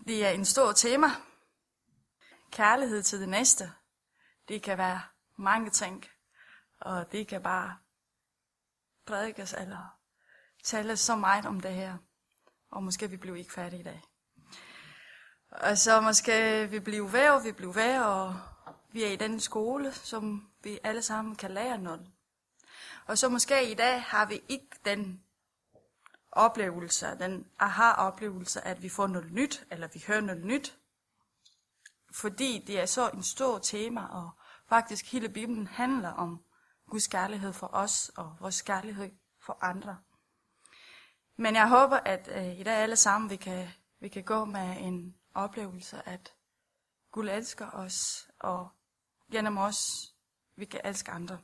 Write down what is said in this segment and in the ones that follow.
Det er en stor tema. Kærlighed til det næste. Det kan være mange ting, og det kan bare prædikes eller tales så meget om det her. Og måske vi bliver ikke færdige i dag. Og så måske vi bliver ved, og vi er i den skole, som vi alle sammen kan lære noget. Og så måske i dag har vi ikke den oplevelse, den aha-oplevelse, at vi får noget nyt, eller vi hører noget nyt. Fordi det er så en stor tema, og faktisk hele Bibelen handler om Guds kærlighed for os, og vores kærlighed for andre. Men jeg håber, at i dag alle sammen, vi kan gå med en oplevelse, at Gud elsker os, og gennem os, vi kan elske andre.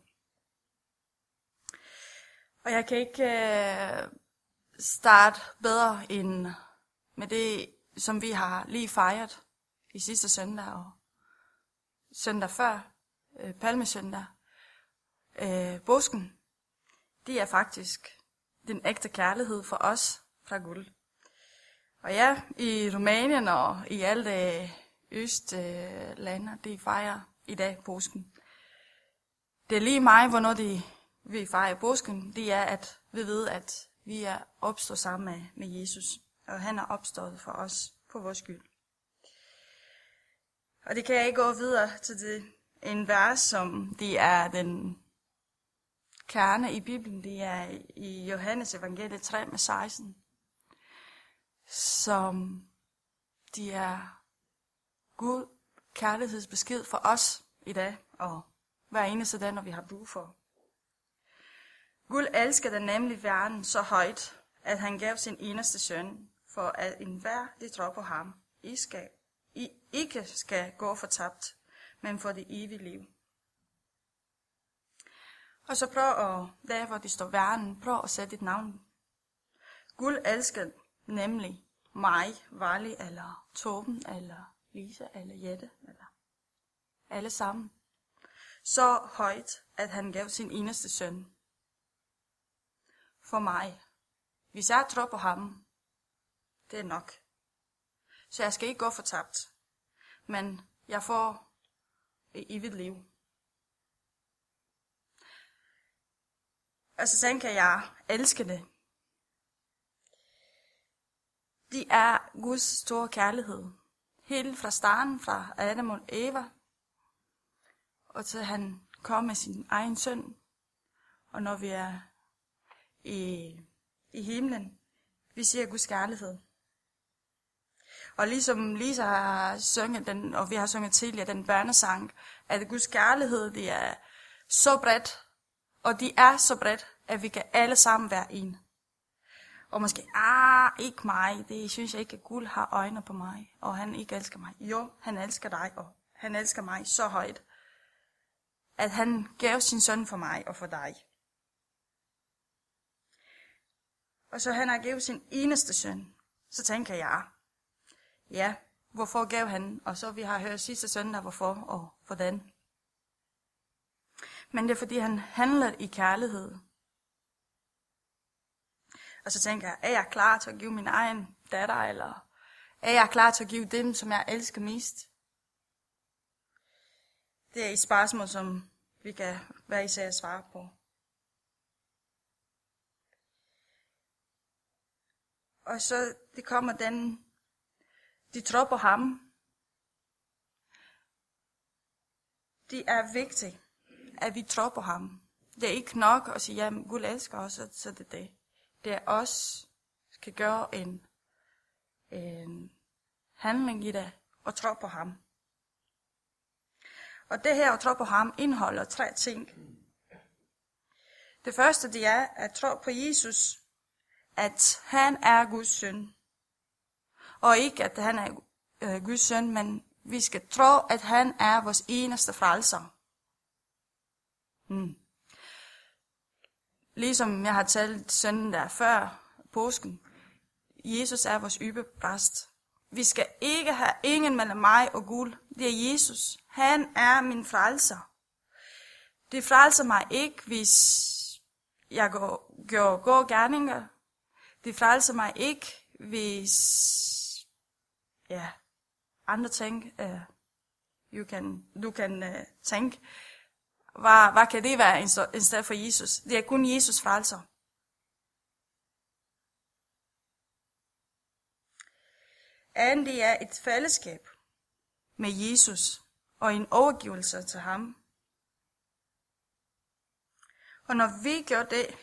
Og jeg kan ikke starte bedre end med det, som vi har lige fejret i sidste søndag og søndag før, palmesøndag. Påsken, det er faktisk den ægte kærlighed for os fra Gud. Og ja, i Rumænien og i alle østlande, de fejrer i dag påsken. Det er lige mig, hvornår vi fejrer påsken, det er, at vi ved, at vi er opstået sammen med Jesus. Og han er opstået for os, for vores skyld. Og det kan jeg ikke gå videre til en vers, som det er den kerne i Bibelen. Det er i Johannes evangeliet 3:16. Som de er Gud kærlighedsbesked for os i dag, og hver eneste dag, når vi har brug for. Gud elskede nemlig verden så højt, at han gav sin eneste søn, for at enhver, der tror på ham, ikke skal gå fortabt, men for det evige liv. Og så prøv at, der hvor det står verden, prøv at sætte et navn. Gud elskede nemlig mig, Vali, eller Torben, eller Lisa, eller Jette, eller alle sammen. Så højt, at han gav sin eneste søn. For mig. Hvis jeg tror på ham, det er nok. Så jeg skal ikke gå fortabt. Men jeg får et evigt liv. Og så tænker jeg, elsker det. Det er Guds store kærlighed. Helt fra starten, fra Adam og Eva. Og til han kom med sin egen søn. Og når vi er i himlen, vi ser Guds kærlighed. Og ligesom Lisa har sunget den, og vi har sunget tidligere den børnesang, at Guds kærlighed, det er så bredt, og de er så bredt, at vi kan alle sammen være en. Og måske, ikke mig, det synes jeg ikke, at Gud har øjne på mig, og han ikke elsker mig. Jo, han elsker dig, og han elsker mig så højt, at han gav sin søn for mig og for dig. Og så han har givet sin eneste søn. Så tænker jeg, ja, hvorfor gav han? Og så vi har hørt sidste søndag, hvorfor og hvordan. Men det er fordi han handler i kærlighed. Og så tænker jeg, er jeg klar til at give min egen datter, eller er jeg klar til at give dem, som jeg elsker mest? Det er et spørgsmål, som vi kan hver især svare på. Og så det kommer de tror på ham. Det er vigtigt, at vi tror på ham. Det er ikke nok at sige, jamen Gud elsker os, så det er det. Det er os, der skal gøre en handling i det, og tro på ham. Og det her at tro på ham indeholder 3 ting. Det første, det er at tro på Jesus, at han er Guds søn. Og ikke, at han er Guds søn, men vi skal tro, at han er vores eneste frelser. Ligesom jeg har talt sønnen der før påsken. Jesus er vores ypperpræst. Vi skal ikke have ingen mellem mig og Gud. Det er Jesus. Han er min frelser. Det frelser mig ikke, hvis jeg gør gerninger. Det frelser mig ikke, hvis andre ting, du kan tænke, hvad kan det være i stedet for Jesus? Det er kun Jesus frelser. Anden, det er et fællesskab med Jesus og en overgivelse til ham. Og når vi gør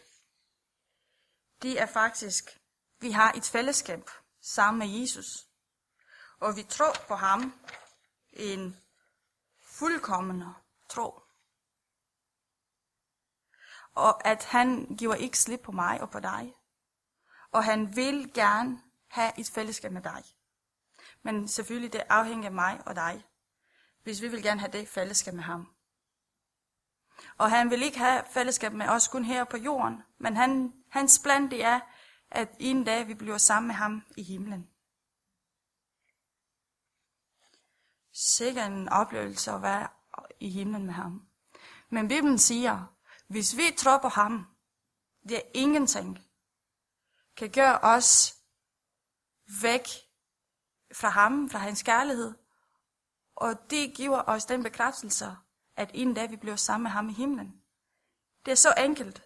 det er faktisk, vi har et fællesskab sammen med Jesus. Og vi tror på ham, en fuldkommen tro. Og at han giver ikke slip på mig og på dig. Og han vil gerne have et fællesskab med dig. Men selvfølgelig det afhænger af mig og dig, hvis vi vil gerne have det fællesskab med ham. Og han vil ikke have fællesskab med os kun her på jorden, men hans plan det er, at en dag vi bliver sammen med ham i himlen. Sikkert en oplevelse at være i himlen med ham. Men Bibelen siger, hvis vi tror på ham, det er ingenting, kan gøre os væk fra ham, fra hans kærlighed. Og det giver os den bekræftelse, at en dag vi bliver sammen med ham i himlen. Det er så enkelt,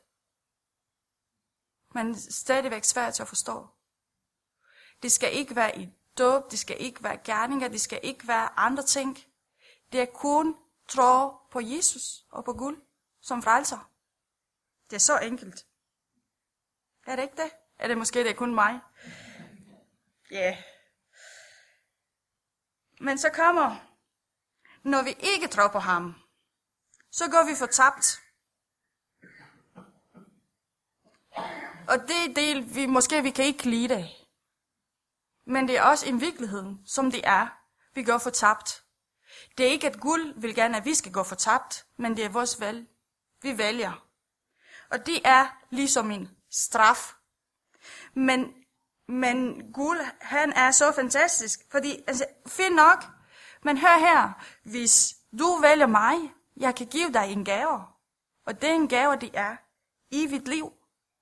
men stadigvæk svært at forstå. Det skal ikke være i dåb, det skal ikke være gerninger, det skal ikke være andre ting. Det er kun tro på Jesus og på Gud som frelser. Det er så enkelt. Er det ikke det? Er det måske det er kun mig? Ja. Yeah. Men så kommer, når vi ikke tror på ham, så går vi fortabt. Og det del, vi kan ikke lide det. Men det er også en virkelighed, som det er. Vi går fortabt. Det er ikke, at Gud vil gerne, at vi skal gå fortabt, men det er vores valg. Vi vælger. Og det er ligesom en straf. Men Gud, han er så fantastisk, fordi, fint nok, men hør her, hvis du vælger mig, jeg kan give dig en gave, og det er en gave, det er evigt liv.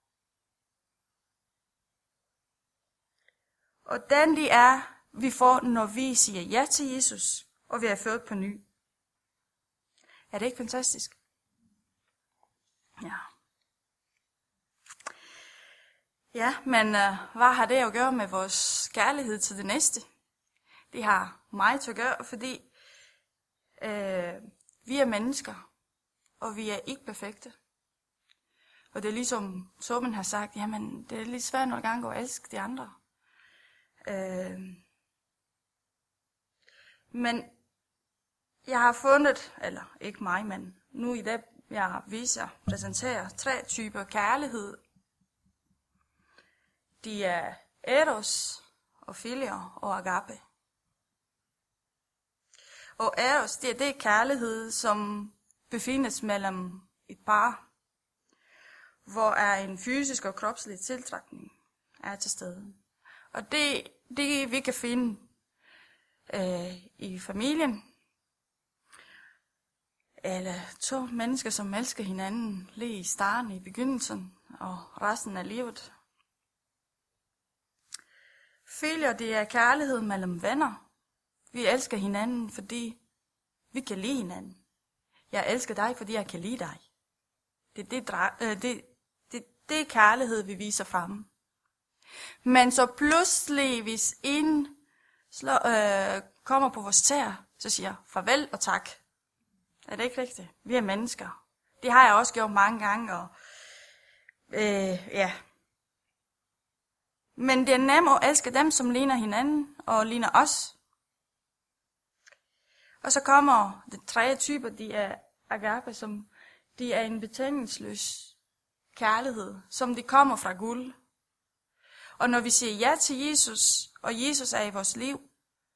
Og den det er, vi får, når vi siger ja til Jesus, og vi er født på ny. Er det ikke fantastisk? Ja. Ja, men hvad har det at gøre med vores kærlighed til det næste? Det har meget til at gøre, fordi vi er mennesker, og vi er ikke perfekte. Og det er ligesom Torben har sagt, jamen det er lidt svært nogle gange at elske de andre. Men jeg har fundet, eller ikke mig, men nu i det, jeg præsenterer 3 typer kærlighed. De er eros, og filio og agape. Og eros, det er det kærlighed, som befindes mellem et par, hvor er en fysisk og kropslig tiltrækning er til stede. Og det vi kan finde i familien, eller 2 mennesker, som elsker hinanden lige i starten, i begyndelsen og resten af livet. Filio, det er kærlighed mellem venner. Vi elsker hinanden, fordi vi kan lide hinanden. Jeg elsker dig, fordi jeg kan lide dig. Det er kærlighed, vi viser frem. Men så pludselig, hvis en kommer på vores tæer, så siger farvel og tak. Er det ikke rigtigt? Vi er mennesker. Det har jeg også gjort mange gange. Og, ja. Men det er nemt at elske dem, som ligner hinanden og ligner os. Og så kommer de 3 typer, de er agape, som de er en betingelsesløs kærlighed, som de kommer fra Gud. Og når vi siger ja til Jesus, og Jesus er i vores liv,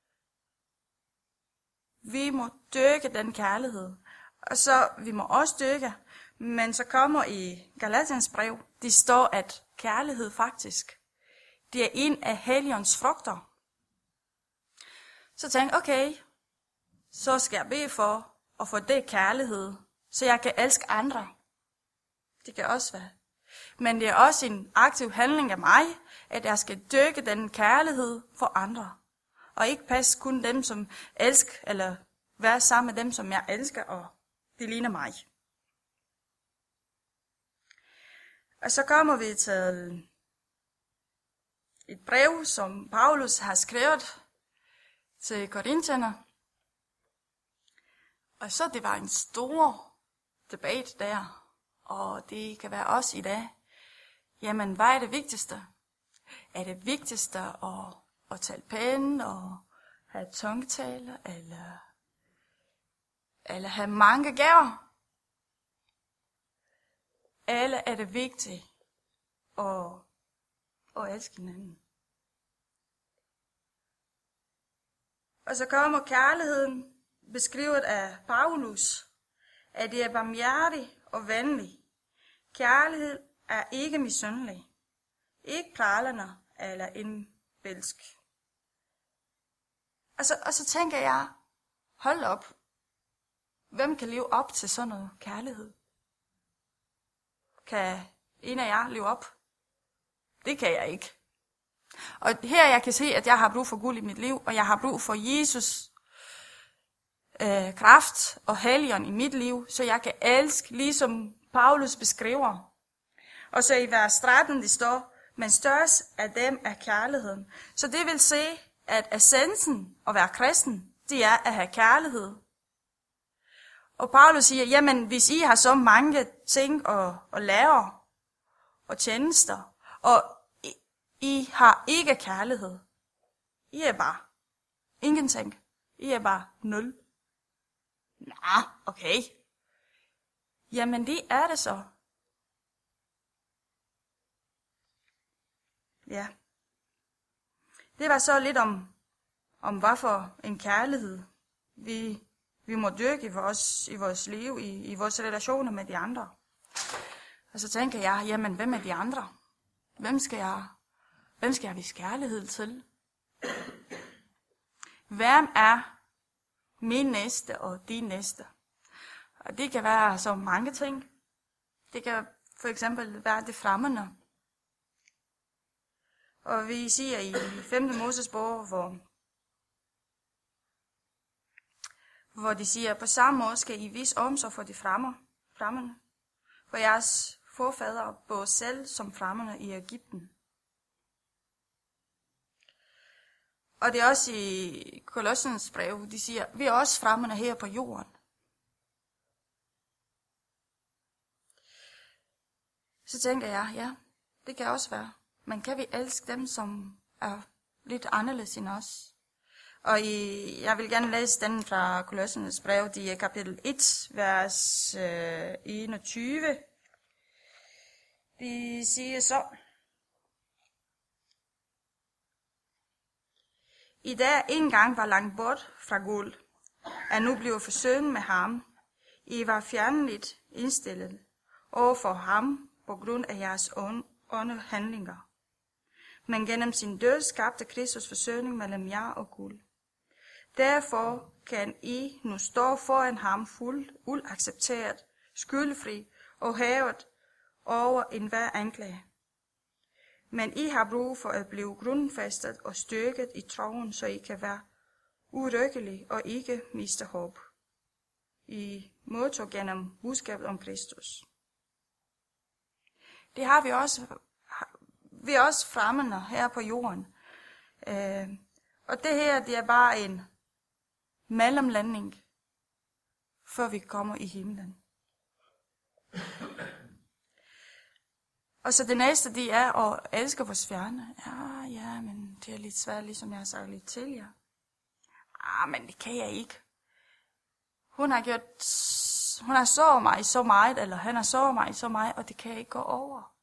vi må dyrke den kærlighed. Og så vi må også dyrke, men så kommer i Galatiens brev, det står, at kærlighed faktisk, det er en af Helligåndens frugter. Så tænk, okay, så skal jeg bede for at få det kærlighed, så jeg kan elske andre. Det kan også være. Men det er også en aktiv handling af mig, at jeg skal dyrke den kærlighed for andre. Og ikke passe kun dem, som elsker, eller være sammen med dem, som jeg elsker, og det ligner mig. Og så kommer vi til et brev, som Paulus har skrevet til korinterne. Og så det var en stor debat der, og det kan være også i dag. Jamen, hvad er det vigtigste? Er det vigtigste at tale pænt og have tungetale, eller have mange gaver? Eller er det vigtigt at elske hinanden? Og så kommer kærligheden, beskrevet af Paulus, at det er barmhjertig og venlig. Kærlighed er ikke misundelig, ikke pralende eller indbildsk. Og så tænker jeg, hold op, hvem kan leve op til sådan noget kærlighed? Kan en af jer leve op? Det kan jeg ikke. Og her jeg kan se, at jeg har brug for Gud i mit liv, og jeg har brug for Jesus kraft og helligånd i mit liv, så jeg kan elske, ligesom Paulus beskriver. Og så i vers 13, det står, men størst af dem er kærligheden. Så det vil sige, at essensen at være kristen, det er at have kærlighed. Og Paulus siger, jamen hvis I har så mange ting at lave, og tjenester, og I har ikke kærlighed, I er bare ingenting. I er bare nul. Nå, okay. Jamen det er det så. Ja. Det var så lidt om hvorfor en kærlighed vi må dyrke i vores liv, i vores relationer med de andre. Og så tænker jeg, jamen hvem er de andre? Hvem skal jeg vise kærlighed til? Hvem er min næste og din næste? Og det kan være så mange ting. Det kan for eksempel være det fremmede. Og vi siger i 5. Mosesbog, hvor de siger, på samme måde skal I vise omsorg for de fremmede. For jeres forfædre boede selv som fremmede i Egypten. Og det er også i Kolossernes brev, de siger, vi er også fremmede her på jorden. Så tænker jeg, ja, det kan også være. Men kan vi elske dem, som er lidt anderledes end os? Og jeg vil gerne læse den fra Kolossernes brev, det er kapitel 1, vers 21. De siger så, I dag engang var langt bort fra Gud, er nu blevet forsynet med ham. I var fjernligt indstillet over for ham på grund af jeres onde handlinger. Men gennem sin død skabte Kristus forsyning mellem jer og Gud. Derfor kan I nu stå foran ham fuldt uaccepteret, skyldfri og hævet over enhver anklage. Men I har brug for at blive grundfæstet og styrket i troen, så I kan være urykkelige og ikke miste håb. I modtog gennem budskabet om Kristus. Det har vi også. Vi er også fremmede her på jorden. Og det her, det er bare en mellemlanding, før vi kommer i himlen. Og så det næste, det er at elske vores fjerne. Ja, men det er lidt svært, ligesom jeg har sagt lidt til jer. Men det kan jeg ikke. Hun har såret mig så meget, eller han har såret mig så meget, og det kan jeg ikke gå over.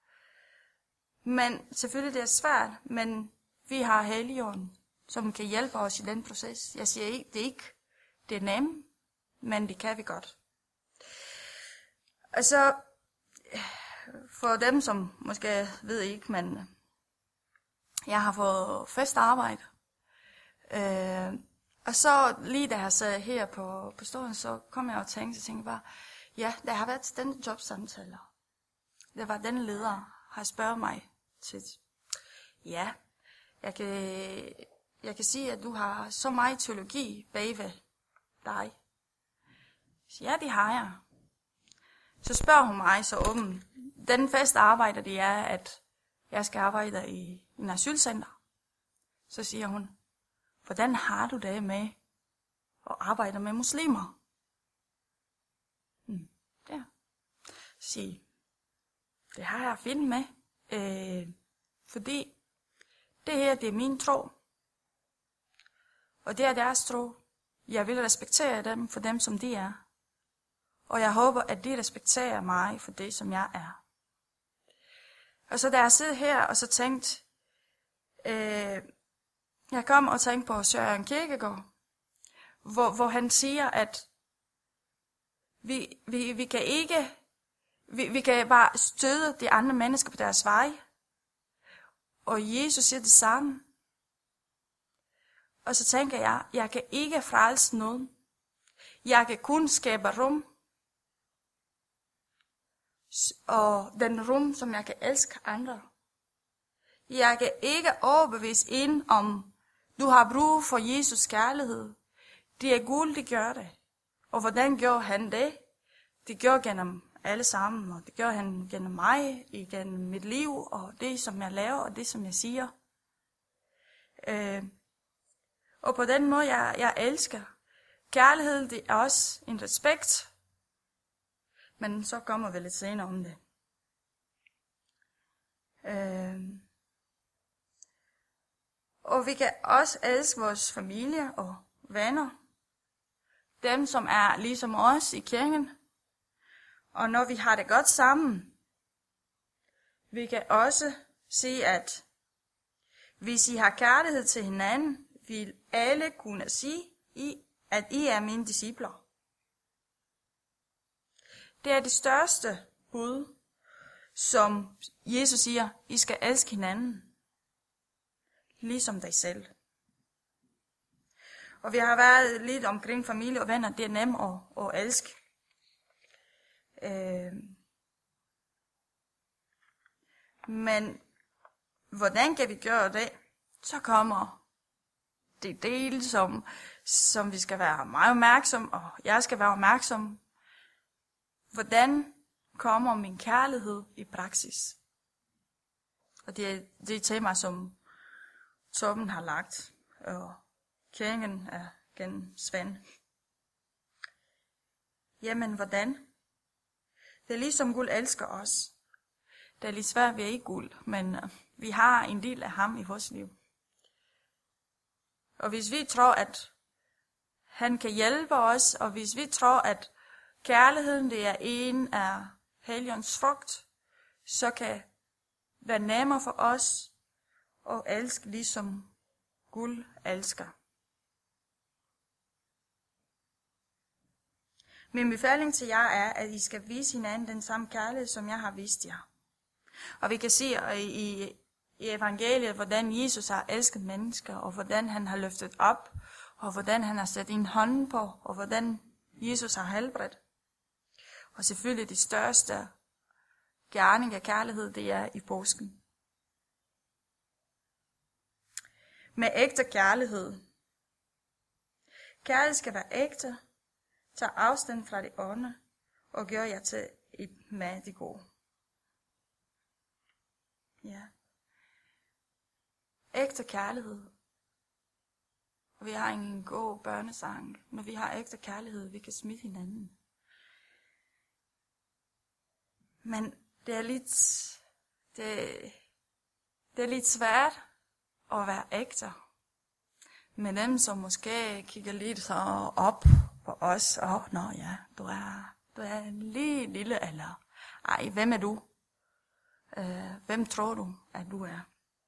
Men selvfølgelig det er svært, men vi har Helligånden, som kan hjælpe os i den proces. Jeg siger ikke, det er nemt, men det kan vi godt. Og så for dem, som måske ved ikke, men jeg har fået fast arbejde. Og så lige da jeg sad her på stolen, så kom jeg og tænkte bare, ja, der har været den jobsamtaler. Det var den leder, har spørget mig til, ja, jeg jeg kan sige, at du har så meget teologi bagved dig. Så ja, det har jeg. Så spørger hun mig så åben. Den faste arbejde, det er, at jeg skal arbejde i en asylcenter. Så siger hun, hvordan har du det med at arbejde med muslimer? Ja. Så siger det har jeg fint med. Fordi det her, det er min tro. Og det er deres tro. Jeg vil respektere dem for dem, som de er. Og jeg håber, at de respekterer mig for det, som jeg er. Og så da jeg sidder her, og så tænkte, jeg kom og tænkte på Søren Kierkegaard, hvor han siger, at vi kan ikke, vi kan bare støde de andre mennesker på deres vej. Og Jesus siger det samme. Og så tænker jeg kan ikke frelse nogen. Jeg kan kun skabe rum. Og den rum, som jeg kan elske andre. Jeg kan ikke overbevise en om, du har brug for Jesus kærlighed. Det er guld, det gør det. Og hvordan gjorde han det? Det gjorde gennem alle sammen, og det gjorde han gennem mig, gennem mit liv, og det, som jeg laver, og det, som jeg siger. Og på den måde, jeg elsker. Kærlighed, det er også en respekt. Men så kommer vi lidt senere om det. Og vi kan også elske vores familie og venner. Dem, som er ligesom os i kirken. Og når vi har det godt sammen, vi kan også sige, at hvis I har kærlighed til hinanden, vil alle kunne sige, at I er mine discipler. Det er det største bud, som Jesus siger, I skal elske hinanden, ligesom dig selv. Og vi har været lidt omkring familie og venner, det er nemt at elske. Men hvordan kan vi gøre det? Så kommer det del, som vi skal være meget opmærksom, og jeg skal være opmærksom. Hvordan kommer min kærlighed i praksis? Og det er det tema, som Torben har lagt, og kirken er gennem Svend. Jamen, hvordan? Det er ligesom Gud elsker os. Det er lidt svært, vi er ikke Gud, men vi har en del af ham i vores liv. Og hvis vi tror, at han kan hjælpe os, og hvis vi tror, at kærligheden det er en af Helligåndens frugt, så kan det være nemmere for os at elske, ligesom Gud elsker. Min befaling til jer er, at I skal vise hinanden den samme kærlighed, som jeg har vist jer. Og vi kan se i evangeliet, hvordan Jesus har elsket mennesker, og hvordan han har løftet op, og hvordan han har sat en hånd på, og hvordan Jesus har helbredt. Og selvfølgelig det største gerning af kærlighed, det er i påsken. Med ægte kærlighed. Kærlighed skal være ægte, tager afstand fra det onde, og gør jer til et med det gode. Ja. Ægte kærlighed. Og vi har en god børnesang. Når vi har ægte kærlighed, vi kan smitte hinanden. Men det er lidt svært at være ægte. Med dem, som måske kigger lidt så op på os. Nå ja, du er lige lille, eller ej, hvem er du? Hvem tror du, at du er?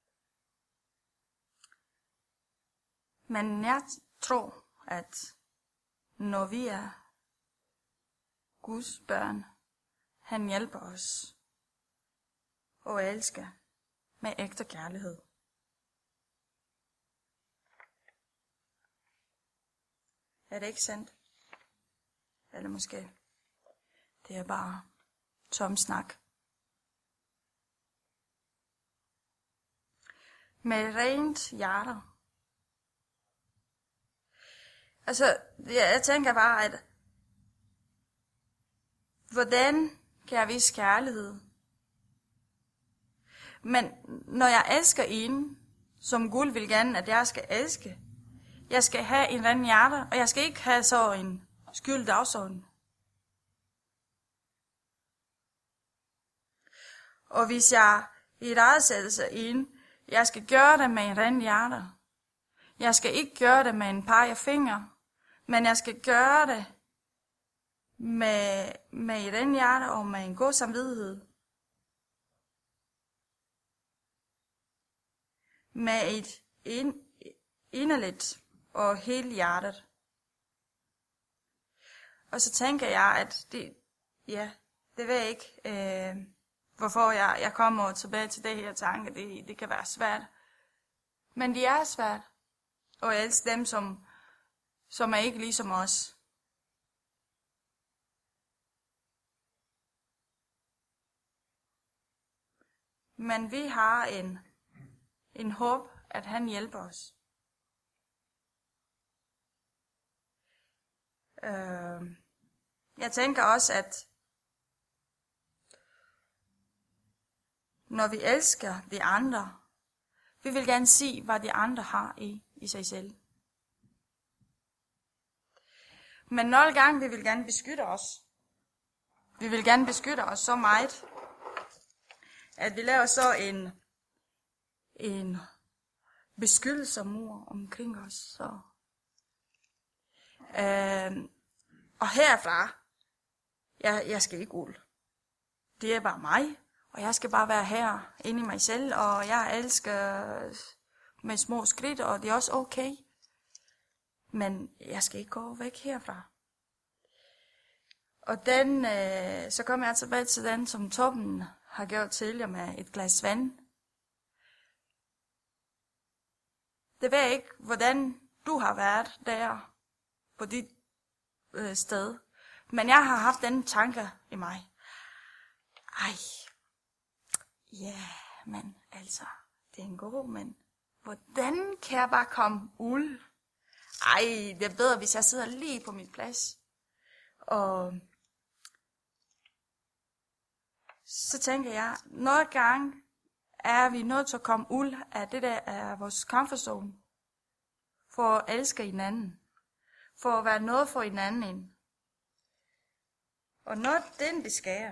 Men jeg tror, at når vi er Guds børn, han hjælper os og elsker med ægte kærlighed. Er det ikke sandt? Eller måske det er bare tom snak. Med rent hjerte Altså, jeg tænker bare, at hvordan kan jeg vise kærlighed? Men når jeg elsker en, som Gud vil gerne, at jeg skal elske, jeg skal have en ren hjerte, og jeg skal ikke have så en skyldig dagsorden. Og hvis jeg i redsættelse en, jeg skal gøre det med en ren hjerte. Jeg skal ikke gøre det med en pegefinger, men jeg skal gøre det med en ren hjerte og med en god samvittighed. Med et inderligt og helt hjertet. Og så tænker jeg, at det ved jeg ikke, hvorfor jeg kommer tilbage til det her tanke. Det kan være svært. Men det er svært. Og elske dem, som er ikke ligesom os. Men vi har en håb, at han hjælper os. Jeg tænker også, at når vi elsker de andre, vi vil gerne se, hvad de andre har i sig selv. Men nogle gange vi vil gerne beskytte os. Vi vil gerne beskytte os så meget, at vi laver så en beskyttelsesmur omkring os. Så. Og herfra, jeg skal ikke ud. Det er bare mig, og jeg skal bare være her inde i mig selv, og jeg elsker med små skridt, og det er også okay. Men jeg skal ikke gå væk herfra. Og så kommer jeg tilbage til den, som Torben har gjort tidligere med et glas vand. Det ved jeg ikke, hvordan du har været der på dit sted. Men jeg har haft den tanke i mig. Men altså, det er en god, men hvordan kan jeg bare komme ud? Det er bedre, hvis jeg sidder lige på min plads. Og så tænker jeg, nogle gange er vi nødt til at komme ud af det der af vores comfort zone. For at elske hinanden. For at være noget for hinanden. Og når det sker,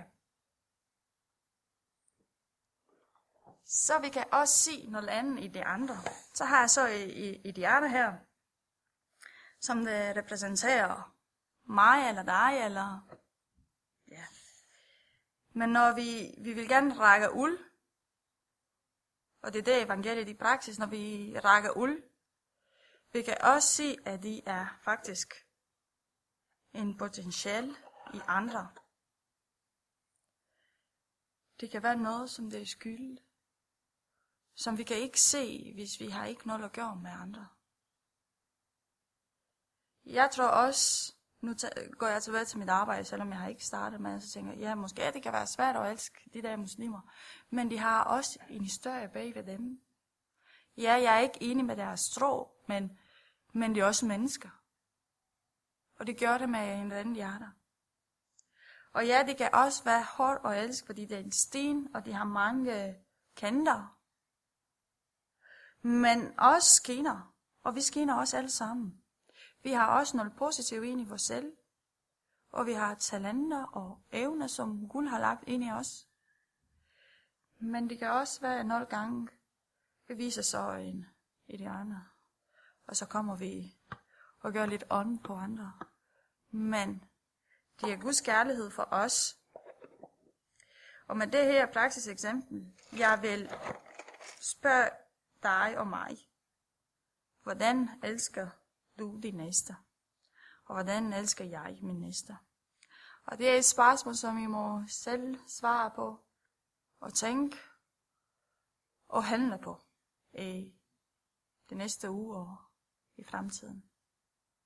så vi kan også se noget andet i de andre. Så har jeg så i de andre her, som det repræsenterer mig eller dig, eller ja. Men når vi vil gerne række ud, og det er det evangeliet i praksis, når vi rækker ud, vi kan også se, at de er faktisk en potentiale i andre. Det kan være noget, som det er skyld, som vi kan ikke se, hvis vi har ikke noget at gøre med andre. Jeg tror også, nu går jeg tilbage til mit arbejde, selvom jeg har ikke startet med, så tænker jeg, måske det kan være svært at elske de der muslimer, men de har også en historie bag ved dem. Ja, jeg er ikke enig med deres tro, men de er også mennesker. Og det gør det med en anden hjerte. Og ja, det kan også være hårdt at elske, fordi det er en sten, og de har mange kanter. Men også skinner, og vi skinner også alle sammen. Vi har også noget positivt ind i vores selv, og vi har talenter og evner, som Gud har lagt ind i os. Men det kan også være, at nogle gange vi viser så i de andre, og så kommer vi og gør lidt ånd på andre. Men det er Guds kærlighed for os. Og med det her praktisk eksempel, jeg vil spørge dig og mig, hvordan elsker du din næste? Og hvordan elsker jeg min næste? Og det er et spørgsmål, som I må selv svare på, og tænke, og handle på i det næste uge og i fremtiden.